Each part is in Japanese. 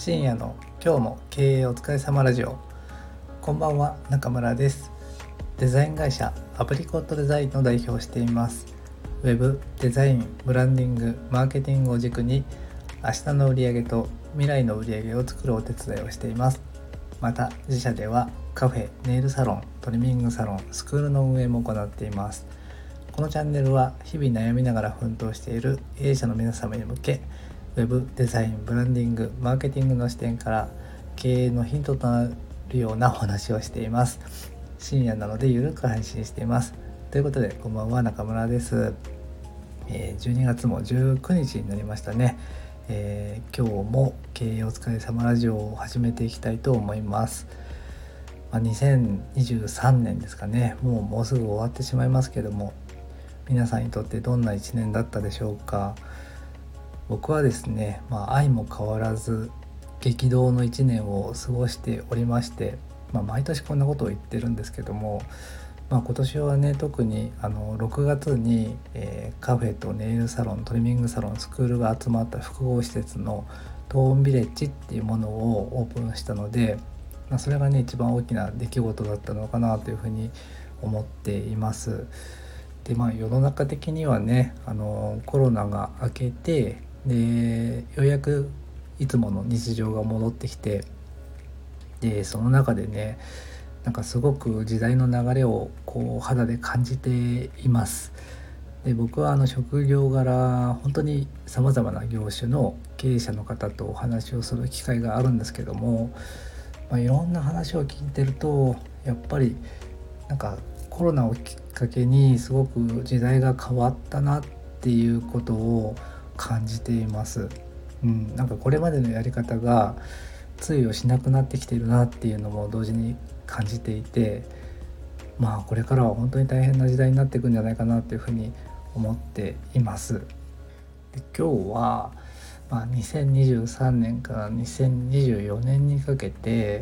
深夜の今日も経営お疲れ様ラジオ。こんばんは、中村です。デザイン会社アプリコットデザインの代表をしています。ウェブ、デザイン、ブランディング、マーケティングを軸に明日の売上と未来の売上を作るお手伝いをしています。また自社ではカフェ、ネイルサロン、トリミングサロン、スクールの運営も行っています。このチャンネルは日々悩みながら奮闘している経営者の皆様に向け、ウェブ、デザイン、ブランディング、マーケティングの視点から経営のヒントとなるようなお話をしています。深夜なのでゆるく配信しています。ということで、こんばんは、中村です。12月も19日になりましたね。今日も経営お疲れ様ラジオを始めていきたいと思います。2023年ですかね。もうすぐ終わってしまいますけども、皆さんにとってどんな1年だったでしょうか。僕はですね、相も変わらず激動の1年を過ごしておりまして、毎年こんなことを言ってるんですけども、今年はね、特に6月に、カフェとネイルサロン、トリミングサロン、スクールが集まった複合施設のトーンビレッジっていうものをオープンしたので、それがね、一番大きな出来事だったのかなというふうに思っています。で、世の中的にはね、コロナが明けて、でようやくいつもの日常が戻ってきて、でその中でね、すごく時代の流れを肌で感じています。で、僕は職業柄本当にさまざまな業種の経営者の方とお話をする機会があるんですけども、いろんな話を聞いてると、やっぱりコロナをきっかけにすごく時代が変わったなっていうことを感じています。これまでのやり方が通用しなくなってきているなっていうのも同時に感じていて、これからは本当に大変な時代になっていくんじゃないかなというふうに思っています。で、今日は、2023年から2024年にかけて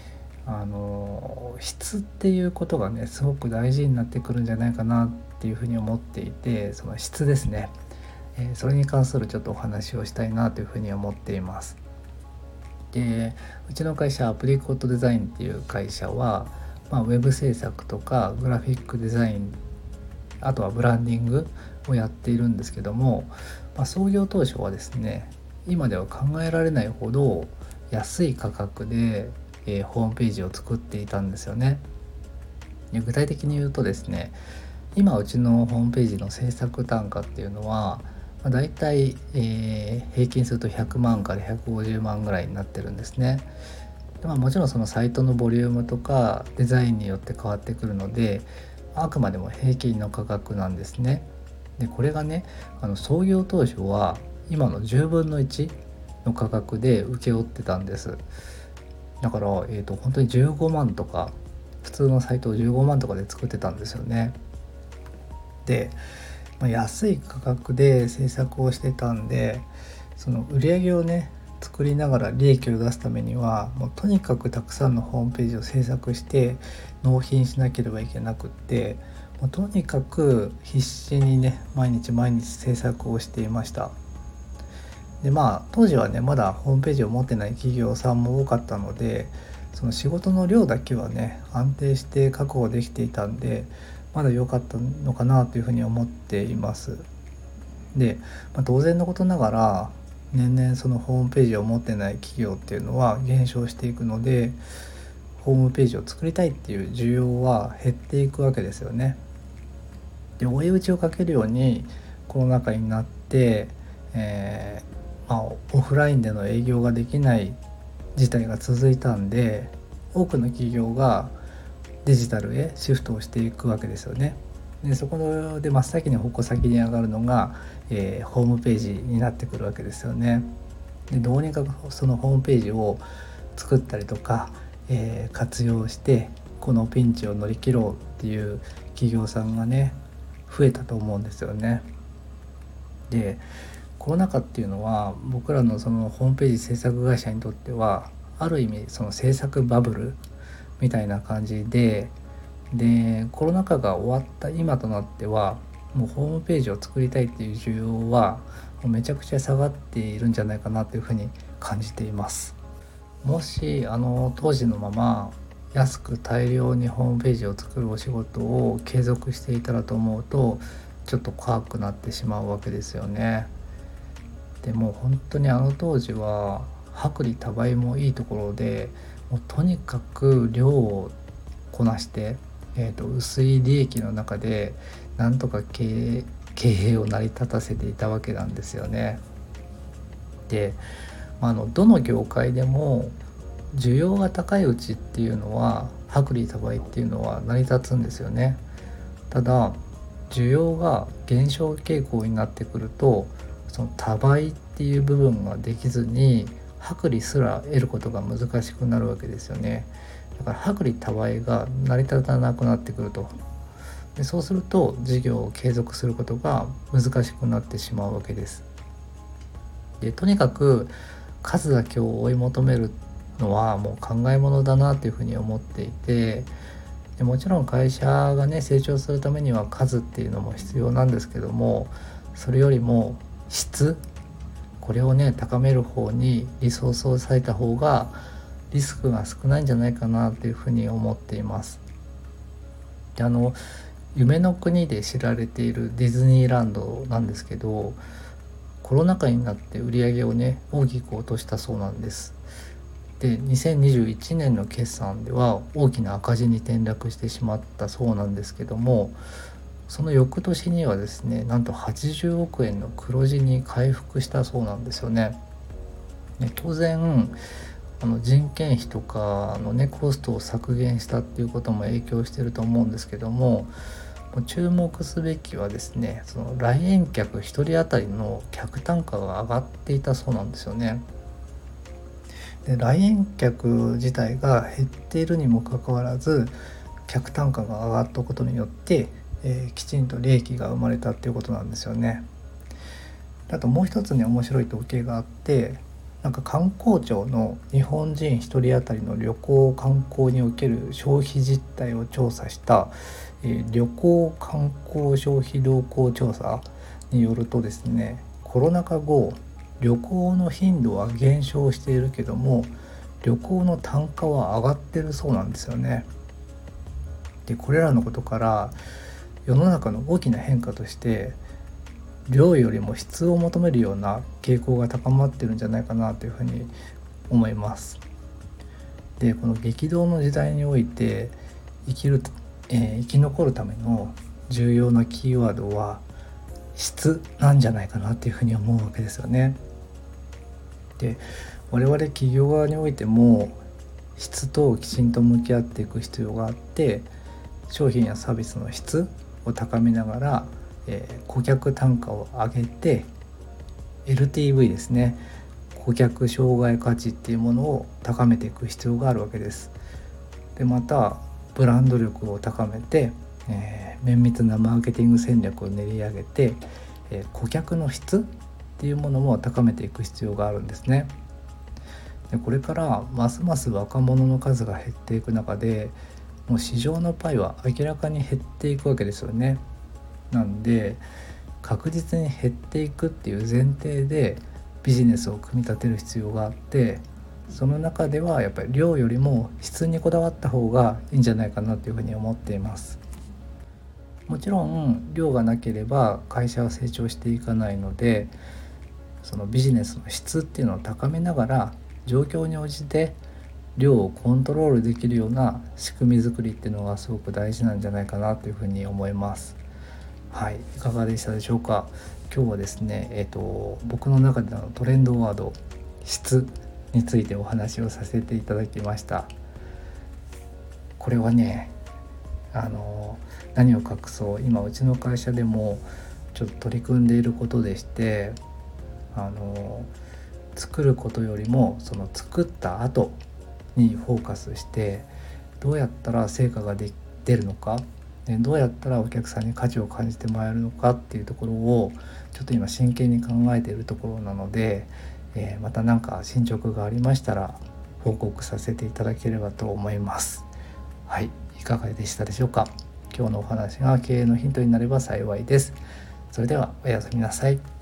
質っていうことがね、すごく大事になってくるんじゃないかなっていうふうに思っていて、その質ですね、それに関するちょっとお話をしたいなというふうに思っています。で、うちの会社アプリコットデザインっていう会社は、ウェブ制作とかグラフィックデザイン、あとはブランディングをやっているんですけども、創業当初はですね、今では考えられないほど安い価格で、ホームページを作っていたんですよね。で、具体的に言うとですね、今うちのホームページの制作単価っていうのは、だいたい平均すると100万から150万ぐらいになってるんですね。で、もちろんそのサイトのボリュームとかデザインによって変わってくるので、あくまでも平均の価格なんですね。で、これがね、創業当初は今の10分の1の価格で請け負ってたんです。だから、本当に15万とか、普通のサイトを15万とかで作ってたんですよね。で、安い価格で制作をしてたんで、その売り上げをね作りながら利益を出すためには、もうとにかくたくさんのホームページを制作して納品しなければいけなくって、もうとにかく必死にね、毎日制作をしていました。で、当時はね、まだホームページを持ってない企業さんも多かったので、その仕事の量だけはね安定して確保できていたんで、まだ良かったのかなというふうに思っています。で、当然のことながら年々そのホームページを持ってない企業っていうのは減少していくので、ホームページを作りたいっていう需要は減っていくわけですよね。で、追い打ちをかけるようにコロナ禍になって、オフラインでの営業ができない事態が続いたんで、多くの企業がデジタルへシフトをしていくわけですよね。で、そこで真っ先に矛先に上がるのが、ホームページになってくるわけですよね。で、どうにかそのホームページを作ったりとか、活用してこのピンチを乗り切ろうっていう企業さんがね増えたと思うんですよね。で、コロナ禍っていうのは僕らのそのホームページ制作会社にとっては、ある意味その制作バブルみたいな感じで、コロナ禍が終わった今となっては、もうホームページを作りたいっていう需要はもうめちゃくちゃ下がっているんじゃないかなというふうに感じています。 もし当時のまま安く大量にホームページを作るお仕事を継続していたらと思うとちょっと怖くなってしまうわけですよね。でも本当に当時は薄利多売もいいところで、もうとにかく量をこなして、薄い利益の中でなんとか経営を成り立たせていたわけなんですよね。で、どの業界でも需要が高いうちっていうのは薄利多売っていうのは成り立つんですよね。ただ需要が減少傾向になってくると、その多売っていう部分ができずに薄利すら得ることが難しくなるわけですよね。だから薄利多売が成り立たなくなってくると。でそうすると事業を継続することが難しくなってしまうわけです。でとにかく数だけを追い求めるのはもう考えものだなというふうに思っていて、でもちろん会社がね成長するためには数っていうのも必要なんですけども、それよりも質、これをね高める方にリソースを割いた方がリスクが少ないんじゃないかなというふうに思っています。で夢の国で知られているディズニーランドなんですけど、コロナ禍になって売り上げをね大きく落としたそうなんです。で2021年の決算では大きな赤字に転落してしまったそうなんですけども、その翌年にはですねなんと80億円の黒字に回復したそうなんですよね。で当然人件費とかのねコストを削減したっていうことも影響していると思うんですけども、注目すべきはですね、その来園客1人当たりの客単価が上がっていたそうなんですよね。で来園客自体が減っているにもかかわらず客単価が上がったことによって、きちんと利益が生まれたっていうことなんですよね。あともう一つに面白い統計があって、なんか観光庁の日本人1人当たりの旅行観光における消費実態を調査した、旅行観光消費動向調査によるとですね、コロナ禍後旅行の頻度は減少しているけども旅行の単価は上がってるそうなんですよね。でこれらのことから世の中の大きな変化として量よりも質を求めるような傾向が高まってるんじゃないかなというふうに思います。でこの激動の時代において生き残るための重要なキーワードは質なんじゃないかなっていうふうに思うわけですよね。で我々企業側においても質ときちんと向き合っていく必要があって、商品やサービスの質を高めながら、顧客単価を上げて LTV ですね、顧客障害価値っていうものを高めていく必要があるわけです。でまたブランド力を高めて、綿密なマーケティング戦略を練り上げて、顧客の質っていうものも高めていく必要があるんですね。でこれからますます若者の数が減っていく中で、もう市場のパイは明らかに減っていくわけですよね。なんで確実に減っていくっていう前提でビジネスを組み立てる必要があって、その中ではやっぱり量よりも質にこだわった方がいいんじゃないかなというふうに思っています。もちろん量がなければ会社は成長していかないので、そのビジネスの質っていうのを高めながら状況に応じて量をコントロールできるような仕組み作りっていうのがすごく大事なんじゃないかなというふうに思います。はい、いかがでしたでしょうか。今日はですね、僕の中でのトレンドワード質についてお話をさせていただきました。これはね、何を隠そう今うちの会社でもちょっと取り組んでいることでして、作ることよりもその作った後にフォーカスして、どうやったら成果が出るのか、どうやったらお客さんに価値を感じてもらえるのかっていうところをちょっと今真剣に考えているところなので、また何か進捗がありましたら報告させていただければと思います。はい、いかがでしたでしょうか。今日のお話が経営のヒントになれば幸いです。それではおやすみなさい。